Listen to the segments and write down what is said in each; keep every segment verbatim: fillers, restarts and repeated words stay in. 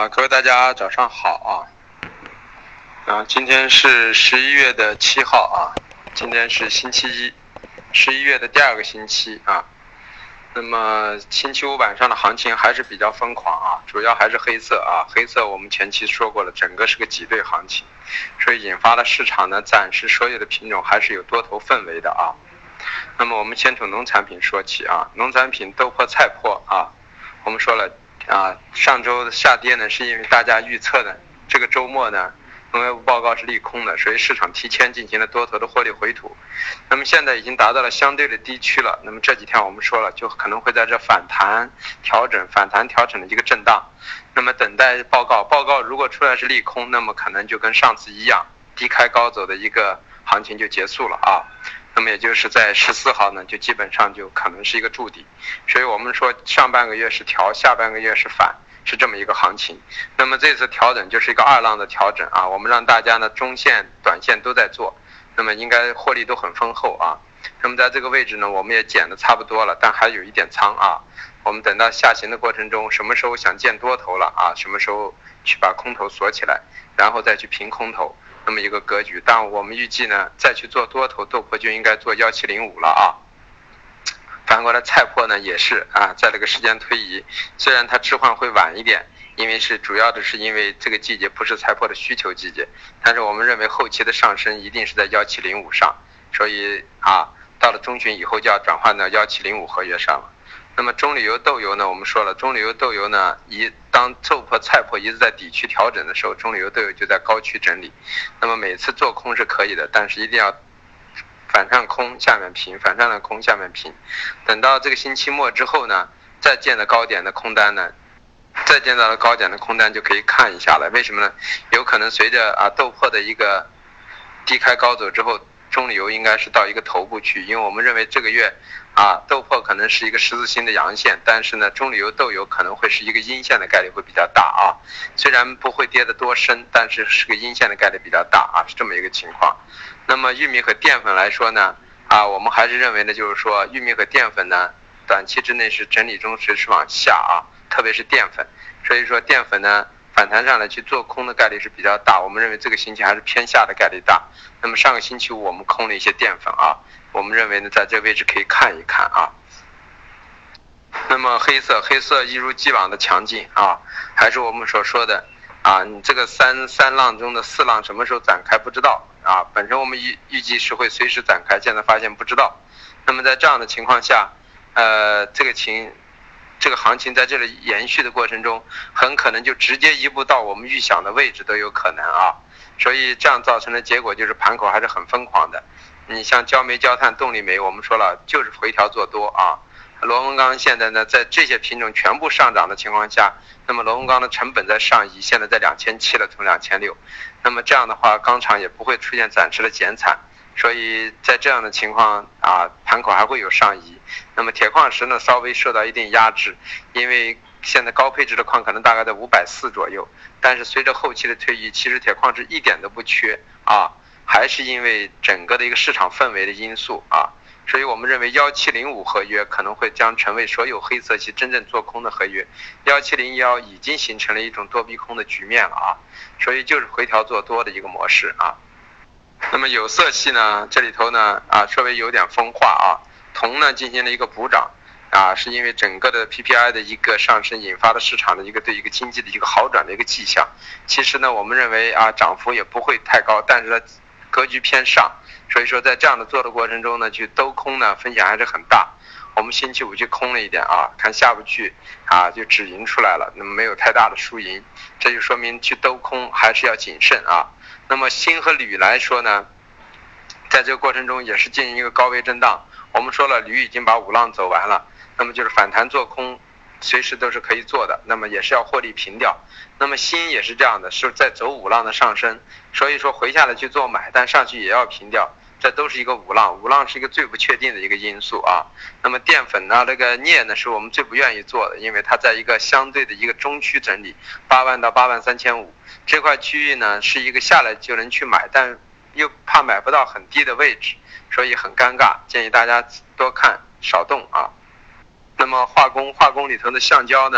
啊，各位大家早上好啊！啊，今天是十一月的七号啊，今天是星期一，十一月的第二个星期啊。那么星期五晚上的行情还是比较疯狂啊，主要还是黑色啊，黑色我们前期说过了，整个是个挤兑行情，所以引发了市场呢，暂时所有的品种还是有多头氛围的啊。那么我们先从农产品说起啊，农产品豆粕、菜粕啊，我们说了。啊，上周的下跌呢，是因为大家预测的这个周末呢，农业部报告是利空的，所以市场提前进行了多头的获利回吐。那么现在已经达到了相对的低区了。那么这几天我们说了，就可能会在这反弹调整、反弹调整的一个震荡。那么等待报告，报告如果出来是利空，那么可能就跟上次一样，低开高走的一个行情就结束了啊。那么也就是在十四号呢，就基本上就可能是一个筑底，所以我们说上半个月是调，下半个月是反，是这么一个行情。那么这次调整就是一个二浪的调整啊，我们让大家呢中线、短线都在做，那么应该获利都很丰厚啊。那么在这个位置呢，我们也减的差不多了，但还有一点仓啊。我们等到下行的过程中，什么时候想见多头了啊，什么时候去把空头锁起来，然后再去平空头。那么一个格局，但我们预计呢，再去做多头豆粕就应该做一七零五了啊。反过来菜粕呢也是啊，在这个时间推移，虽然它置换会晚一点，因为是主要的是因为这个季节不是菜粕的需求季节，但是我们认为后期的上升一定是在一七零五上，所以啊，到了中旬以后就要转换到一七零五合约上了。那么中榈油豆油呢，我们说了，中榈油豆油呢，一当豆粕、菜粕一直在底区调整的时候，中榈油豆油就在高区整理。那么每次做空是可以的，但是一定要反上空下面平，反上的空下面平。等到这个星期末之后呢，再见的高点的空单呢，再见到了高点的空单就可以看一下了。为什么呢？有可能随着啊豆粕的一个低开高走之后，中榈油应该是到一个头部区，因为我们认为这个月啊豆粕可能是一个十字星的阳线，但是呢中榈油豆油可能会是一个阴线的概率会比较大啊，虽然不会跌得多深，但是是个阴线的概率比较大啊，是这么一个情况。那么玉米和淀粉来说呢啊，我们还是认为呢，就是说玉米和淀粉呢短期之内是整理中是是往下啊，特别是淀粉，所以说淀粉呢反弹上来去做空的概率是比较大，我们认为这个星期还是偏下的概率大。那么上个星期五我们空了一些淀粉啊，我们认为呢在这个位置可以看一看啊。那么黑色黑色一如既往的强劲啊，还是我们所说的啊，你这个三三浪中的四浪什么时候展开不知道啊，本身我们预预计是会随时展开，现在发现不知道。那么在这样的情况下，呃，这个情这个行情在这里延续的过程中，很可能就直接移步到我们预想的位置都有可能啊，所以这样造成的结果就是盘口还是很疯狂的。你像焦煤、焦炭、动力煤，我们说了就是回调做多啊。螺纹钢现在呢，在这些品种全部上涨的情况下，那么螺纹钢的成本在上移，现在在两千七了，从两千六，那么这样的话，钢厂也不会出现暂时的减产。所以在这样的情况啊，盘口还会有上移。那么铁矿石呢，稍微受到一定压制，因为现在高配置的矿可能大概在五百四十左右，但是随着后期的推移，其实铁矿石一点都不缺啊，还是因为整个的一个市场氛围的因素啊。所以我们认为一七零五合约可能会将成为所有黑色系真正做空的合约，一七零一已经形成了一种多逼空的局面了啊，所以就是回调做多的一个模式啊。那么有色系呢，这里头呢啊稍微有点分化啊，铜呢进行了一个补涨啊，是因为整个的 P P I 的一个上升引发了市场的一个对一个经济的一个好转的一个迹象。其实呢，我们认为啊涨幅也不会太高，但是呢格局偏上，所以说在这样的做的过程中呢，去兜空呢风险还是很大。我们星期五去空了一点啊，看下不去啊就止盈出来了，那么没有太大的输赢，这就说明去兜空还是要谨慎啊。那么锌和铝来说呢，在这个过程中也是进行一个高位震荡。我们说了，铝已经把五浪走完了，那么就是反弹做空随时都是可以做的，那么也是要获利平掉。那么锌也是这样的，是在走五浪的上升，所以说回下来去做买，但上去也要平掉，这都是一个五浪，五浪是一个最不确定的一个因素啊。那么淀粉呢，这个镍呢是我们最不愿意做的，因为它在一个相对的一个中区整理，八万到八万三千五这块区域呢是一个下来就能去买，但又怕买不到很低的位置，所以很尴尬，建议大家多看少动啊。那么化工化工里头的橡胶呢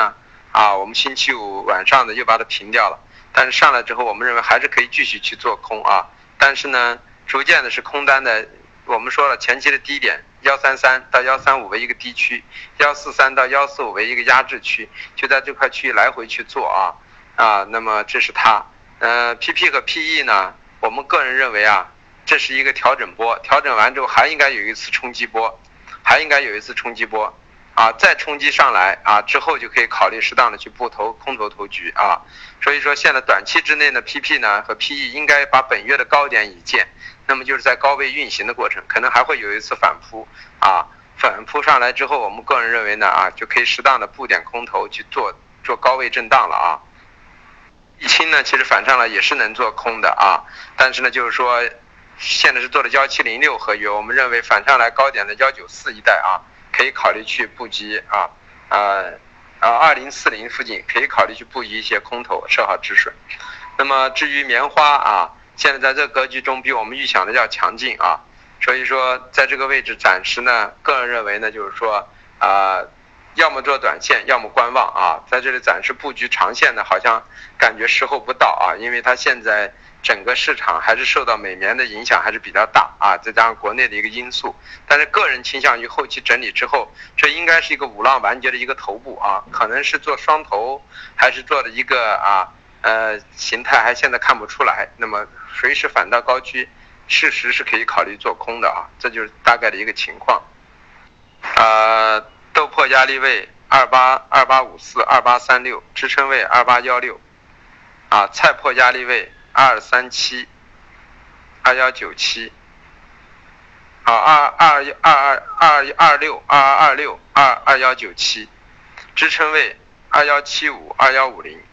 啊，我们星期五晚上的又把它平掉了，但是上来之后，我们认为还是可以继续去做空啊，但是呢，逐渐的是空单的，我们说了前期的低点一三三到一三五为一个低区，一四三到一四五为一个压制区，就在这块区域来回去做啊啊，那么这是它，呃 P P 和 P E 呢，我们个人认为啊，这是一个调整波，调整完之后还应该有一次冲击波，还应该有一次冲击波。啊，再冲击上来啊，之后就可以考虑适当的去布头空头头局啊。所以说现在短期之内呢 ，P P 呢和 P E 应该把本月的高点已见，那么就是在高位运行的过程，可能还会有一次反扑啊。反扑上来之后，我们个人认为呢啊，就可以适当的布点空头去做做高位震荡了啊。沥青呢，其实反上来也是能做空的啊，但是呢，就是说现在是做的一七零六合约，我们认为反上来高点的一九四一带啊。可以考虑去布局啊，呃，啊二零四零附近可以考虑去布局一些空头，设好止损。那么至于棉花啊，现在在这个格局中比我们预想的要强劲啊，所以说在这个位置暂时呢，个人认为呢，就是说啊，要么做短线，要么观望啊，在这里暂时布局长线呢，好像感觉时候不到啊，因为它现在整个市场还是受到美元的影响还是比较大啊，再加上国内的一个因素，但是个人倾向于后期整理之后，这应该是一个五浪完结的一个头部啊，可能是做双头，还是做的一个啊呃形态还现在看不出来，那么随时反到高区，事实是可以考虑做空的啊，这就是大概的一个情况。呃，豆粕压力位二八二八五四二八三六，支撑位二八一六，啊，菜粕压力位二二三七二一九七，啊二二二二二二六二二二六二二一九七，支撑位二一七五二一五零，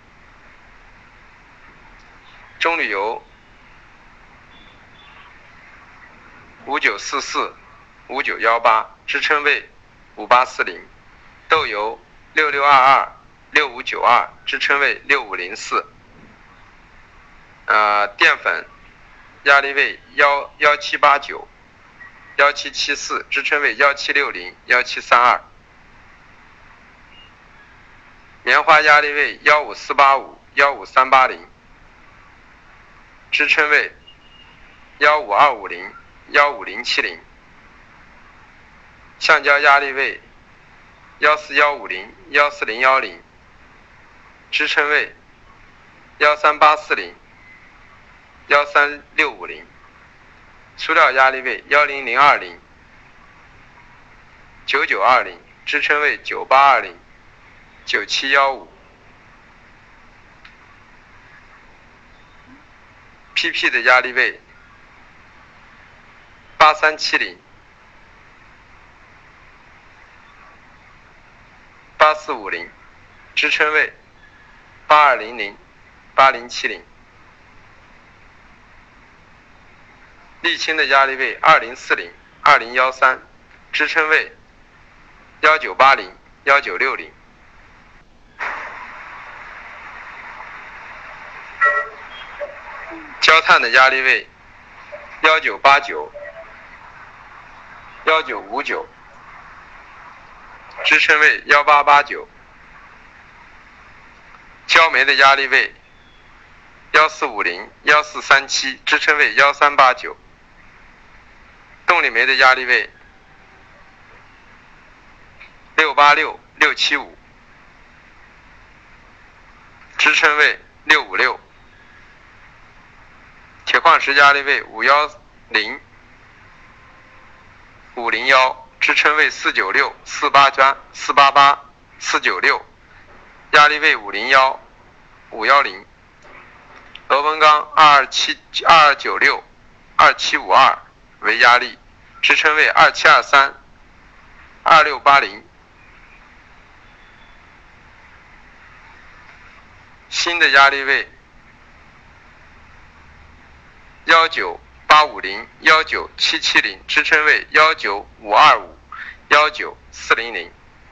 中旅游五九四四五九一八，支撑位五八四零，豆油六六二二六五九二，支撑位六五零四，呃，淀粉压力位幺幺七八九幺七七四，支撑位幺七六零幺七三二，棉花压力位幺五四八五幺五三八零，支撑位幺五二五零幺五零七零，橡胶压力位幺四一五零幺四零一零，支撑位幺三八四零幺三六五零，塑料压力位幺零零二零九九二零，支撑位九八二零九七一五。P P 的压力位八三七零八四五零，支撑位八二零零八零七零。沥青的压力位二零四零二零一三，支撑位一九八零一九六零。焦炭的压力位一九八九一九五九，支撑位一八八九。焦煤的压力位一四五零一四三七，支撑位一三八九。动力煤的压力位六八六六七五，支撑位六五六。铁矿石压力位五一零五零一，支撑位四九六四八加四八八四九六，压力位五零一五一零。螺纹钢二二七二二九六二七五二为压力，支撑位二七二三二六八零。锌的压力位一九八五零一九七七零，支撑位一九五二五一九四零零。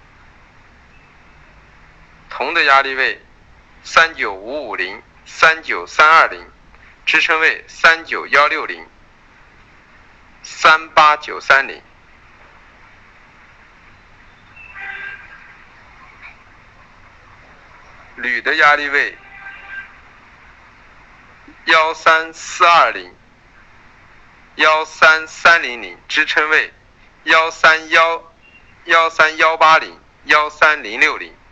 铜的压力位三九五五零三九三二零，支撑位三九一六零三八九三零。 铝的压力位一三四二零、一三三零零，支撑位一三一一三一八零、一三零六零。